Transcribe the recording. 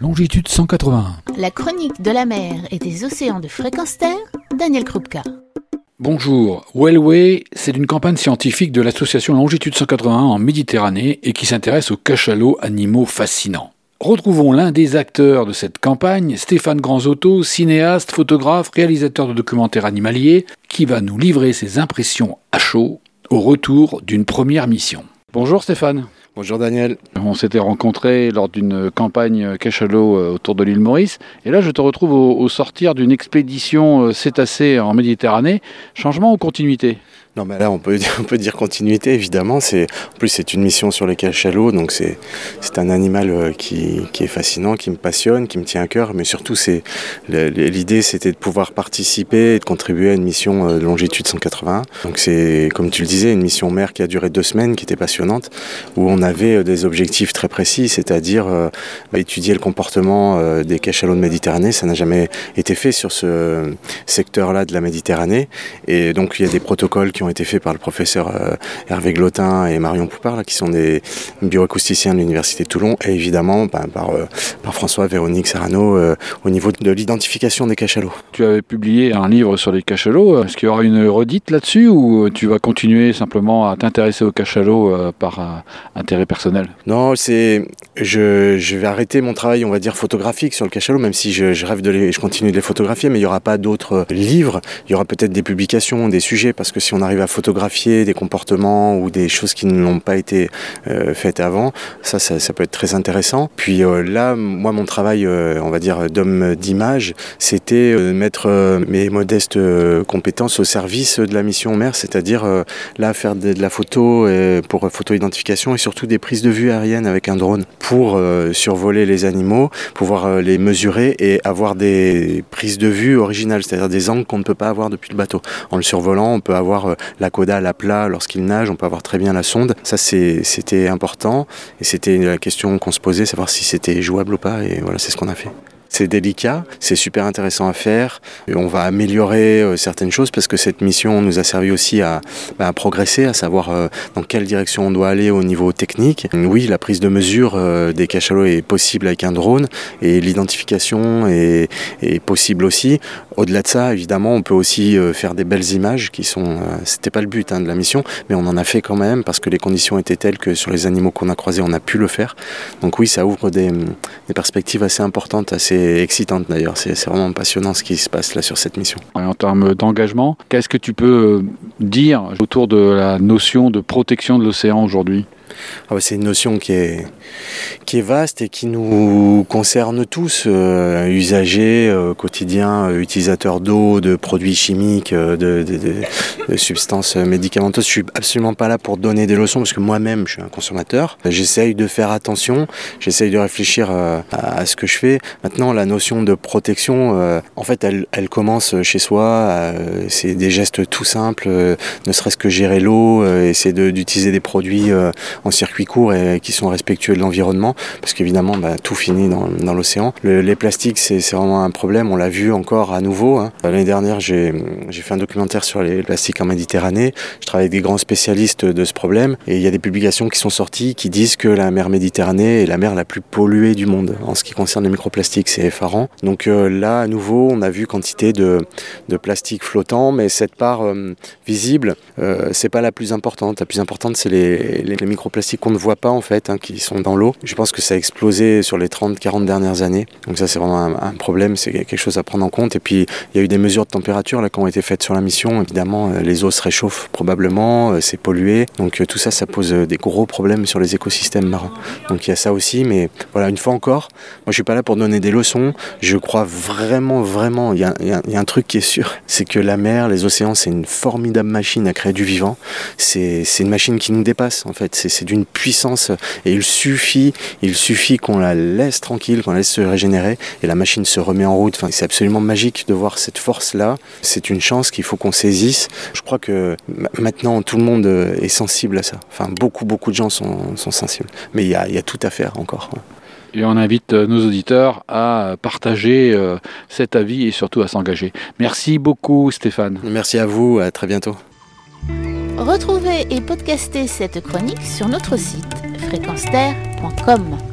Longitude 181. La chronique de la mer et des océans de Fréquence Terre, Daniel Krupka. Bonjour, Wellway, c'est une campagne scientifique de l'association Longitude 181 en Méditerranée et qui s'intéresse aux cachalots, animaux fascinants. Retrouvons l'un des acteurs de cette campagne, Stéphane Granzotto, cinéaste, photographe, réalisateur de documentaires animaliers, qui va nous livrer ses impressions à chaud au retour d'une première mission. Bonjour Stéphane. Bonjour Daniel. On s'était rencontrés lors d'une campagne cachalot autour de l'île Maurice. Et là, je te retrouve au sortir d'une expédition cétacée en Méditerranée. Changement ou continuité ? Non, mais là, on peut dire continuité, évidemment. En plus, c'est une mission sur les cachalots, donc c'est un animal qui est fascinant, qui me passionne, qui me tient à cœur. Mais surtout, l'idée, c'était de pouvoir participer et de contribuer à une mission de Longitude 181. Donc c'est, comme tu le disais, une mission mer qui a duré 2 semaines, qui était passionnante, où on avait des objectifs très précis, c'est-à-dire étudier le comportement des cachalots de Méditerranée. Ça n'a jamais été fait sur ce secteur-là de la Méditerranée. Et donc, il y a des protocoles qui ont été faits par le professeur Hervé Glotin et Marion Poupard, là, qui sont des bioacousticiens de l'Université de Toulon, et évidemment par François Véronique Serrano au niveau de l'identification des cachalots. Tu avais publié un livre sur les cachalots. Est-ce qu'il y aura une redite là-dessus ou tu vas continuer simplement à t'intéresser aux cachalots par intérêt personnel ? Non, je vais arrêter mon travail, on va dire, photographique sur le cachalot, même si je rêve je continue de les photographier, mais il n'y aura pas d'autres livres. Il y aura peut-être des publications, des sujets, parce que si on arrive à photographier des comportements ou des choses qui n'ont pas été faites avant, ça peut être très intéressant. Puis là, moi, mon travail, on va dire, d'homme d'image, c'était mettre mes modestes compétences au service de la mission mer, c'est-à-dire là, faire de la photo pour photo-identification et surtout des prises de vue aériennes avec un drone pour survoler les animaux, pouvoir les mesurer et avoir des prises de vue originales, c'est-à-dire des angles qu'on ne peut pas avoir depuis le bateau. En le survolant, on peut avoir la caudale à plat lorsqu'il nage, on peut avoir très bien la sonde. Ça, c'était important et c'était la question qu'on se posait, savoir si c'était jouable ou pas, et voilà, c'est ce qu'on a fait. C'est délicat, c'est super intéressant à faire. Et on va améliorer certaines choses parce que cette mission nous a servi aussi à progresser, à savoir dans quelle direction on doit aller au niveau technique. Oui, la prise de mesure des cachalots est possible avec un drone et l'identification est possible aussi. Au-delà de ça, évidemment, on peut aussi faire des belles images qui sont... c'était pas le but de la mission, mais on en a fait quand même parce que les conditions étaient telles que sur les animaux qu'on a croisés, on a pu le faire. Donc oui, ça ouvre des perspectives assez importantes, assez excitante d'ailleurs, c'est vraiment passionnant ce qui se passe là sur cette mission. En termes d'engagement, qu'est-ce que tu peux dire autour de la notion de protection de l'océan aujourd'hui ? C'est une notion qui est vaste et qui nous concerne tous, usagers, quotidiens, utilisateurs d'eau, de produits chimiques, de substances médicamenteuses. Je suis absolument pas là pour donner des leçons parce que moi-même je suis un consommateur. J'essaye de faire attention, j'essaye de réfléchir à ce que je fais. Maintenant, la notion de protection, en fait, elle commence chez soi. C'est des gestes tout simples, ne serait-ce que gérer l'eau, essayer d'utiliser des produits en circuit court et qui sont respectueux de l'environnement, parce qu'évidemment tout finit dans l'océan. Les plastiques, c'est vraiment un problème, on l'a vu encore à nouveau. L'année dernière, j'ai fait un documentaire sur les plastiques en Méditerranée, je travaille avec des grands spécialistes de ce problème, et il y a des publications qui sont sorties qui disent que la mer Méditerranée est la mer la plus polluée du monde en ce qui concerne les microplastiques, c'est effarant. Donc là, à nouveau, on a vu quantité de plastique flottant, mais cette part visible, c'est pas la plus importante. La plus importante, c'est les microplastiques qu'on ne voit pas en fait, qui sont dans l'eau. Je pense que ça a explosé sur les 30-40 dernières années. Donc ça, c'est vraiment un problème, c'est quelque chose à prendre en compte. Et puis, il y a eu des mesures de température là, qui ont été faites sur la mission. Évidemment, les eaux se réchauffent probablement, c'est pollué. Donc tout ça, ça pose des gros problèmes sur les écosystèmes marins. Donc il y a ça aussi, mais voilà, une fois encore, moi je suis pas là pour donner des leçons. Je crois vraiment, il y a un truc qui est sûr, c'est que la mer, les océans, c'est une formidable machine à créer du vivant. C'est une machine qui nous dépasse en fait. C'est d'une puissance et il suffit qu'on la laisse tranquille, qu'on la laisse se régénérer et la machine se remet en route. Enfin, c'est absolument magique de voir cette force-là. C'est une chance qu'il faut qu'on saisisse. Je crois que maintenant tout le monde est sensible à ça. Enfin, beaucoup de gens sont sensibles. Mais il y a tout à faire encore. Et on invite nos auditeurs à partager cet avis et surtout à s'engager. Merci beaucoup Stéphane. Merci à vous, à très bientôt. Retrouvez et podcastez cette chronique sur notre site fréquenceterre.com.